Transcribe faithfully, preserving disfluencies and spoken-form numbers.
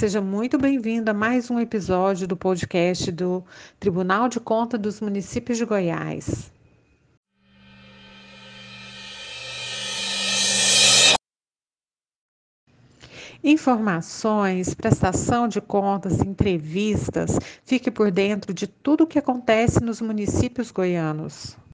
seja muito bem-vindo a mais um episódio do podcast do Tribunal de Contas dos Municípios de Goiás. Informações, prestação de contas, entrevistas, fique por dentro de tudo o que acontece nos municípios goianos.